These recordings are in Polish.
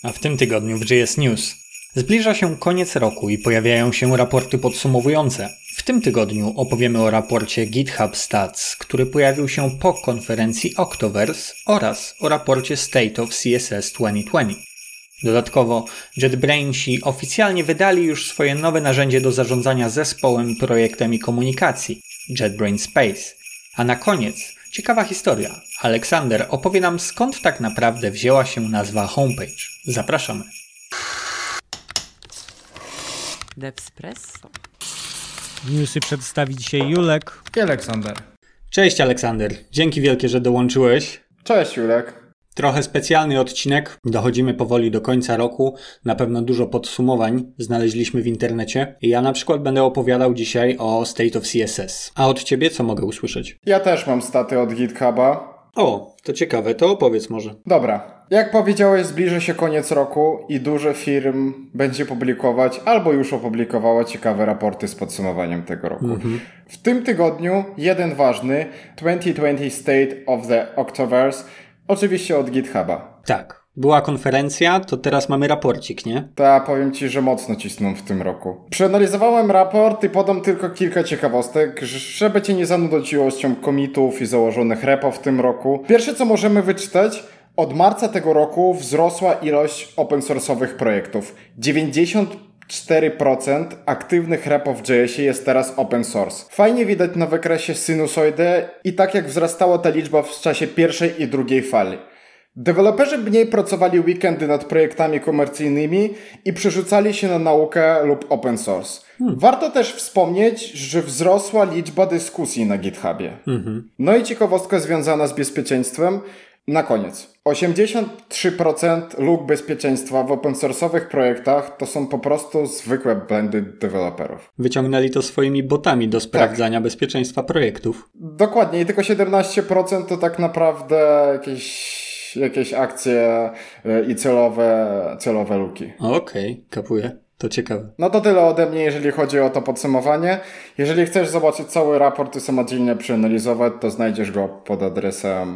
A w tym tygodniu w JS News. Zbliża się koniec roku i pojawiają się raporty podsumowujące. W tym tygodniu opowiemy o raporcie GitHub Stats, który pojawił się po konferencji Octoverse oraz o raporcie State of CSS 2020. Dodatkowo JetBrainsi oficjalnie wydali już swoje nowe narzędzie do zarządzania zespołem, projektem i komunikacji JetBrains Space. A na koniec ciekawa historia. Aleksander opowie nam, skąd tak naprawdę wzięła się nazwa homepage. Zapraszamy. Devspresso. Newsy przedstawi dzisiaj Julek i Aleksander. Cześć Aleksander, dzięki wielkie, że dołączyłeś. Cześć Julek. Trochę specjalny odcinek, dochodzimy powoli do końca roku, na pewno dużo podsumowań znaleźliśmy w internecie. Ja na przykład będę opowiadał dzisiaj o State of CSS. A od ciebie co mogę usłyszeć? Ja też mam staty od GitHuba. O, to ciekawe, to opowiedz może. Dobra. Jak powiedziałeś, zbliża się koniec roku i dużo firm będzie publikować albo już opublikowało ciekawe raporty z podsumowaniem tego roku. W tym tygodniu jeden ważny 2020 State of the Octoverse, oczywiście od GitHuba. Tak. Była konferencja, to teraz mamy raporcik, nie? Tak, powiem ci, że mocno cisną w tym roku. Przeanalizowałem raport i podam tylko kilka ciekawostek, żeby cię nie zanudzić ilością commitów i założonych repo w tym roku. Pierwsze, co możemy wyczytać, od marca tego roku wzrosła ilość open source'owych projektów. 94% aktywnych repo w JS-ie jest teraz open source. Fajnie widać na wykresie sinusoidę i tak jak wzrastała ta liczba w czasie pierwszej i drugiej fali. Deweloperzy mniej pracowali weekendy nad projektami komercyjnymi i przerzucali się na naukę lub open source. Warto też wspomnieć, że wzrosła liczba dyskusji na GitHubie. No i ciekawostka związana z bezpieczeństwem. Na koniec. 83% luk bezpieczeństwa w open source'owych projektach to są po prostu zwykłe błędy deweloperów. Wyciągnęli to swoimi botami do sprawdzania bezpieczeństwa projektów. Dokładnie i tylko 17% to tak naprawdę jakieś akcje i celowe luki. Okej, kapuję. To ciekawe. No to tyle ode mnie, jeżeli chodzi o to podsumowanie. Jeżeli chcesz zobaczyć cały raport i samodzielnie przeanalizować, to znajdziesz go pod adresem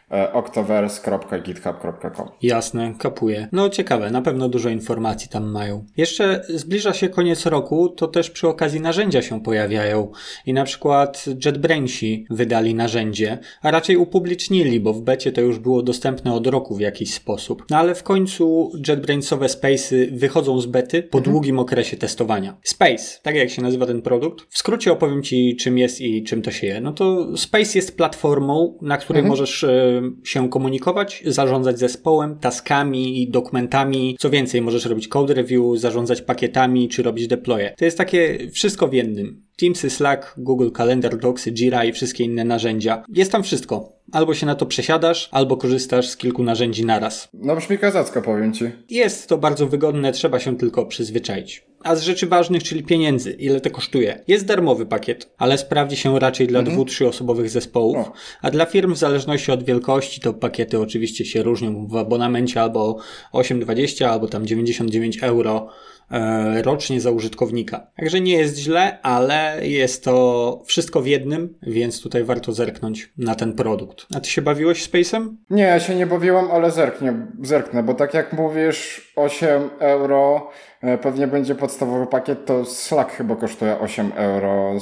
octoverse.github.com. Jasne, kapuję. No ciekawe, na pewno dużo informacji tam mają. Jeszcze zbliża się koniec roku, to też przy okazji narzędzia się pojawiają. I na przykład JetBrainsi wydali narzędzie, a raczej upublicznili, bo w becie to już było dostępne od roku w jakiś sposób. No ale w końcu JetBrainsowe Space'y wychodzą z bety po długim okresie testowania. Space, tak jak się nazywa ten produkt. W skrócie opowiem ci, czym jest i czym to się je. No to Space jest platformą, na której możesz się komunikować, zarządzać zespołem, taskami i dokumentami. Co więcej, możesz robić code review, zarządzać pakietami czy robić deploye. To jest takie wszystko w jednym. Teamsy, Slack, Google Calendar, Docsy, Jira i wszystkie inne narzędzia. Jest tam wszystko. Albo się na to przesiadasz, albo korzystasz z kilku narzędzi naraz. No brzmi kozacko, powiem ci. Jest to bardzo wygodne, trzeba się tylko przyzwyczaić. A z rzeczy ważnych, czyli pieniędzy, ile to kosztuje? Jest darmowy pakiet, ale sprawdzi się raczej dla 2-3 osobowych zespołów, a dla firm w zależności od wielkości to pakiety oczywiście się różnią w abonamencie albo 8,20 albo tam 99 euro rocznie za użytkownika. Także nie jest źle, ale jest to wszystko w jednym, więc tutaj warto zerknąć na ten produkt. A ty się bawiłeś Space'em? Nie, ja się nie bawiłem, ale zerknę, bo tak jak mówisz, 8 euro pewnie będzie podstawowy pakiet, to Slack chyba kosztuje 8 euro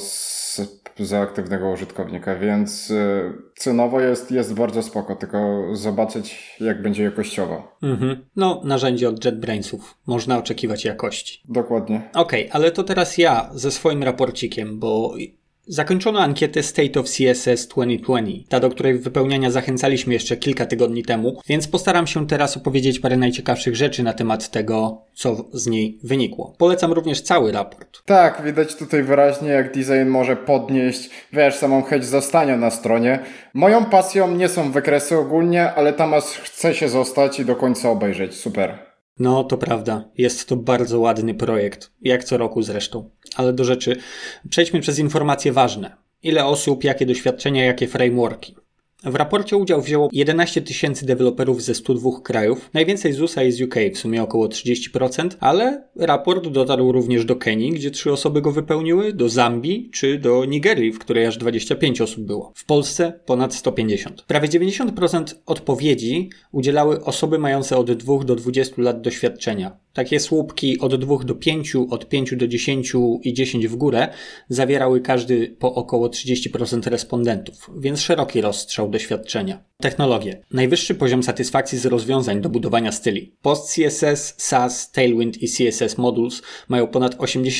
za aktywnego użytkownika, więc cenowo jest bardzo spoko, tylko zobaczyć jak będzie jakościowo. No, narzędzie od JetBrainsów. Można oczekiwać jakości. Dokładnie. Okej, ale to teraz ja ze swoim raporcikiem, bo zakończono ankietę State of CSS 2020, ta do której wypełniania zachęcaliśmy jeszcze kilka tygodni temu, więc postaram się teraz opowiedzieć parę najciekawszych rzeczy na temat tego, co z niej wynikło. Polecam również cały raport. Tak, widać tutaj wyraźnie, jak design może podnieść, samą chęć zostania na stronie. Moją pasją nie są wykresy ogólnie, ale tam aż chce się zostać i do końca obejrzeć. Super. No, to prawda. Jest to bardzo ładny projekt. Jak co roku zresztą. Ale do rzeczy. Przejdźmy przez informacje ważne. Ile osób, jakie doświadczenia, jakie frameworki. W raporcie udział wzięło 11 tysięcy deweloperów ze 102 krajów. Najwięcej z USA i z UK, w sumie około 30%, ale raport dotarł również do Kenii, gdzie 3 osoby go wypełniły, do Zambii czy do Nigerii, w której aż 25 osób było. W Polsce ponad 150. Prawie 90% odpowiedzi udzielały osoby mające od 2 do 20 lat doświadczenia. Takie słupki od 2 do 5, od 5 do 10 i 10 w górę zawierały każdy po około 30% respondentów, więc szeroki rozstrzał doświadczenia. Technologie. Najwyższy poziom satysfakcji z rozwiązań do budowania styli. PostCSS, SAS, Tailwind i CSS Modules mają ponad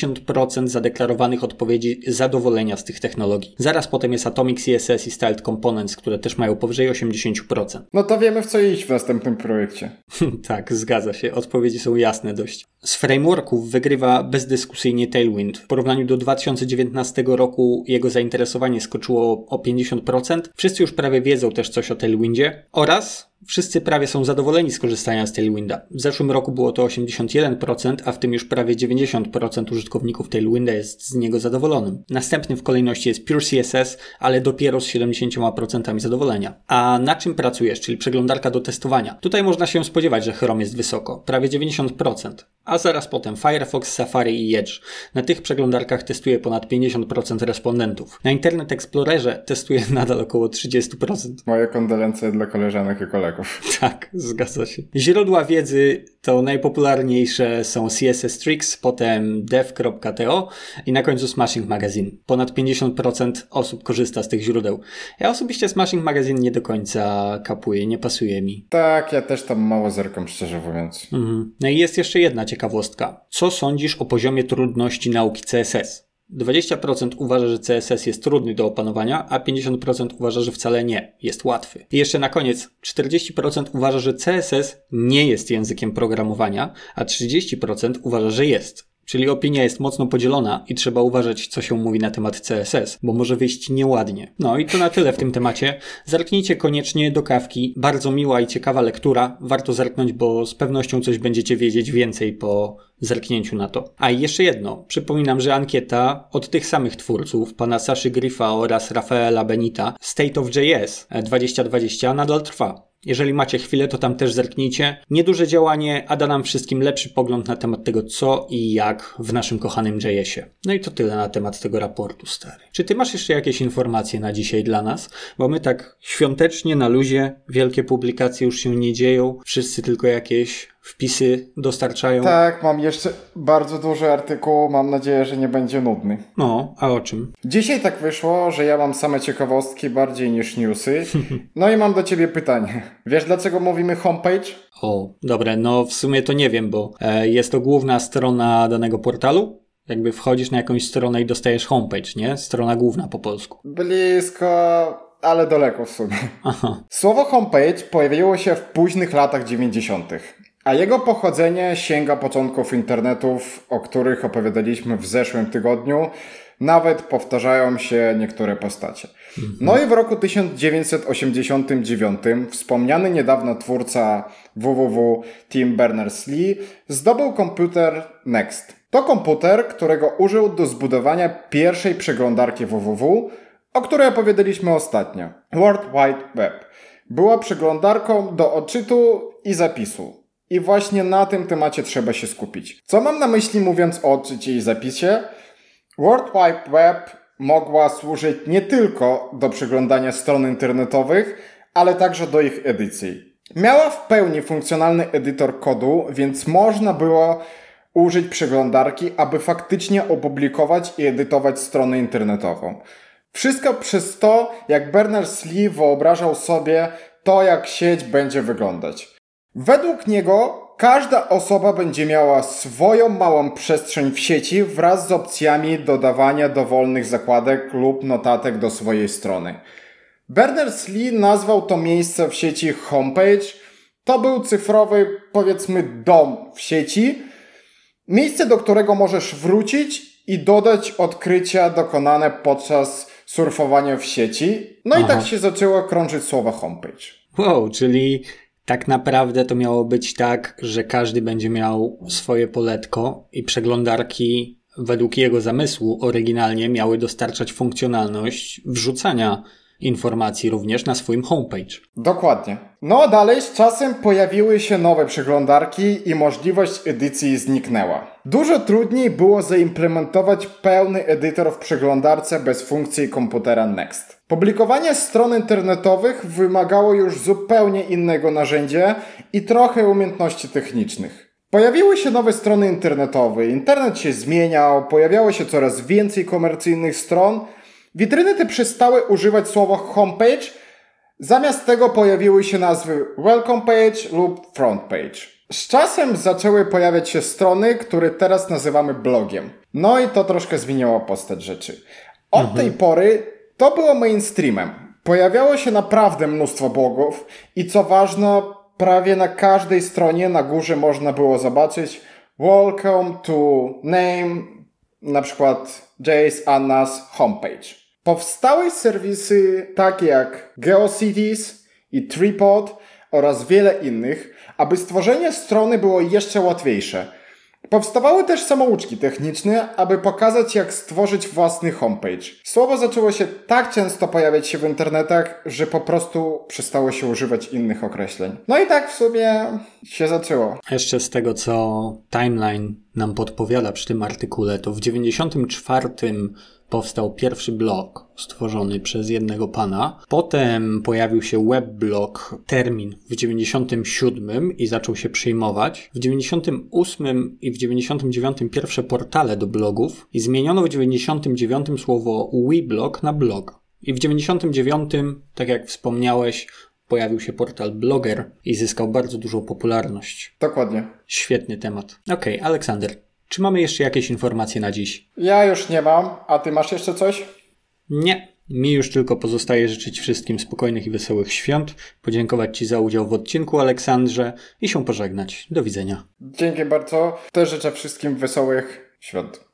80% zadeklarowanych odpowiedzi zadowolenia z tych technologii. Zaraz potem jest Atomic CSS i Styled Components, które też mają powyżej 80%. No to wiemy, w co iść w następnym projekcie. Tak, zgadza się. Odpowiedzi są jasne dość. Z frameworków wygrywa bezdyskusyjnie Tailwind. W porównaniu do 2019 roku jego zainteresowanie skoczyło o 50%. Wszyscy już prawie wiedzą też coś o Tailwindzie oraz wszyscy prawie są zadowoleni z korzystania z Tailwinda. W zeszłym roku było to 81%, a w tym już prawie 90% użytkowników Tailwinda jest z niego zadowolonym. Następny w kolejności jest Pure CSS, ale dopiero z 70% zadowolenia. A na czym pracujesz, czyli przeglądarka do testowania? Tutaj można się spodziewać, że Chrome jest wysoko, prawie 90%. A zaraz potem Firefox, Safari i Edge. Na tych przeglądarkach testuje ponad 50% respondentów. Na Internet Explorerze testuje nadal około 30%. Moje kondolencje dla koleżanek i kolegów. Tak, zgadza się. Źródła wiedzy to najpopularniejsze są CSS Tricks, potem dev.to i na końcu Smashing Magazine. Ponad 50% osób korzysta z tych źródeł. Ja osobiście Smashing Magazine nie do końca kapuję, nie pasuje mi. Tak, ja też tam mało zerkam, szczerze mówiąc. No i jest jeszcze jedna ciekawostka. Co sądzisz o poziomie trudności nauki CSS? 20% uważa, że CSS jest trudny do opanowania, a 50% uważa, że wcale nie, jest łatwy. I jeszcze na koniec, 40% uważa, że CSS nie jest językiem programowania, a 30% uważa, że jest. Czyli opinia jest mocno podzielona i trzeba uważać, co się mówi na temat CSS, bo może wyjść nieładnie. No i to na tyle w tym temacie. Zerknijcie koniecznie do kawki. Bardzo miła i ciekawa lektura. Warto zerknąć, bo z pewnością coś będziecie wiedzieć więcej po zerknięciu na to. A i jeszcze jedno. Przypominam, że ankieta od tych samych twórców, pana Saszy Griffa oraz Rafaela Benita, State of JS 2020 nadal trwa. Jeżeli macie chwilę, to tam też zerknijcie. Nieduże działanie, a da nam wszystkim lepszy pogląd na temat tego, co i jak w naszym kochanym JS-ie. No i to tyle na temat tego raportu, stary. Czy ty masz jeszcze jakieś informacje na dzisiaj dla nas? Bo my tak świątecznie, na luzie, wielkie publikacje już się nie dzieją. Wszyscy tylko jakieś wpisy dostarczają. Tak, mam jeszcze bardzo duży artykuł. Mam nadzieję, że nie będzie nudny. No, a o czym? Dzisiaj tak wyszło, że ja mam same ciekawostki bardziej niż newsy. No i mam do ciebie pytanie. Wiesz, dlaczego mówimy homepage? O, dobre, no w sumie to nie wiem, bo jest to główna strona danego portalu. Jakby wchodzisz na jakąś stronę i dostajesz homepage, nie? Strona główna po polsku. Blisko, ale daleko w sumie. Aha. Słowo homepage pojawiło się w późnych latach 90., a jego pochodzenie sięga początków internetów, o których opowiadaliśmy w zeszłym tygodniu. Nawet powtarzają się niektóre postacie. No i w roku 1989 wspomniany niedawno twórca www Tim Berners-Lee zdobył komputer Next. To komputer, którego użył do zbudowania pierwszej przeglądarki www, o której opowiadaliśmy ostatnio. World Wide Web. Była przeglądarką do odczytu i zapisu. I właśnie na tym temacie trzeba się skupić. Co mam na myśli mówiąc o odczycie i zapisie? World Wide Web mogła służyć nie tylko do przeglądania stron internetowych, ale także do ich edycji. Miała w pełni funkcjonalny edytor kodu, więc można było użyć przeglądarki, aby faktycznie opublikować i edytować stronę internetową. Wszystko przez to, jak Berners-Lee wyobrażał sobie to, jak sieć będzie wyglądać. Według niego każda osoba będzie miała swoją małą przestrzeń w sieci wraz z opcjami dodawania dowolnych zakładek lub notatek do swojej strony. Berners-Lee nazwał to miejsce w sieci homepage. To był cyfrowy, powiedzmy, dom w sieci. Miejsce, do którego możesz wrócić i dodać odkrycia dokonane podczas surfowania w sieci. No i tak się zaczęło krążyć słowo homepage. Wow, czyli tak naprawdę to miało być tak, że każdy będzie miał swoje poletko i przeglądarki według jego zamysłu oryginalnie miały dostarczać funkcjonalność wrzucania informacji również na swoim homepage. Dokładnie. No a dalej z czasem pojawiły się nowe przeglądarki i możliwość edycji zniknęła. Dużo trudniej było zaimplementować pełny edytor w przeglądarce bez funkcji komputera Next. Publikowanie stron internetowych wymagało już zupełnie innego narzędzia i trochę umiejętności technicznych. Pojawiły się nowe strony internetowe, internet się zmieniał, pojawiało się coraz więcej komercyjnych stron. Witryny te przestały używać słowa homepage, zamiast tego pojawiły się nazwy welcome page lub front page. Z czasem zaczęły pojawiać się strony, które teraz nazywamy blogiem. No i to troszkę zmieniło postać rzeczy. Od tej pory to było mainstreamem. Pojawiało się naprawdę mnóstwo blogów i co ważne, prawie na każdej stronie na górze można było zobaczyć welcome to name, na przykład Jace Anna's homepage. Powstały serwisy takie jak GeoCities i Tripod oraz wiele innych, aby stworzenie strony było jeszcze łatwiejsze. Powstawały też samouczki techniczne, aby pokazać, jak stworzyć własny homepage. Słowo zaczęło się tak często pojawiać się w internetach, że po prostu przestało się używać innych określeń. No i tak w sumie się zaczęło. Jeszcze z tego, co Timeline nam podpowiada przy tym artykule, to w 94 powstał pierwszy blog stworzony przez jednego pana. Potem pojawił się webblog Termin w 97 i zaczął się przyjmować. W 98 i w 99 pierwsze portale do blogów i zmieniono w 99 słowo weblog na blog. I w 99, tak jak wspomniałeś, pojawił się portal Blogger i zyskał bardzo dużą popularność. Dokładnie. Świetny temat. Okej, Aleksander, czy mamy jeszcze jakieś informacje na dziś? Ja już nie mam, a ty masz jeszcze coś? Nie. Mi już tylko pozostaje życzyć wszystkim spokojnych i wesołych świąt, podziękować Ci za udział w odcinku, Aleksandrze, i się pożegnać. Do widzenia. Dzięki bardzo. Też życzę wszystkim wesołych świąt.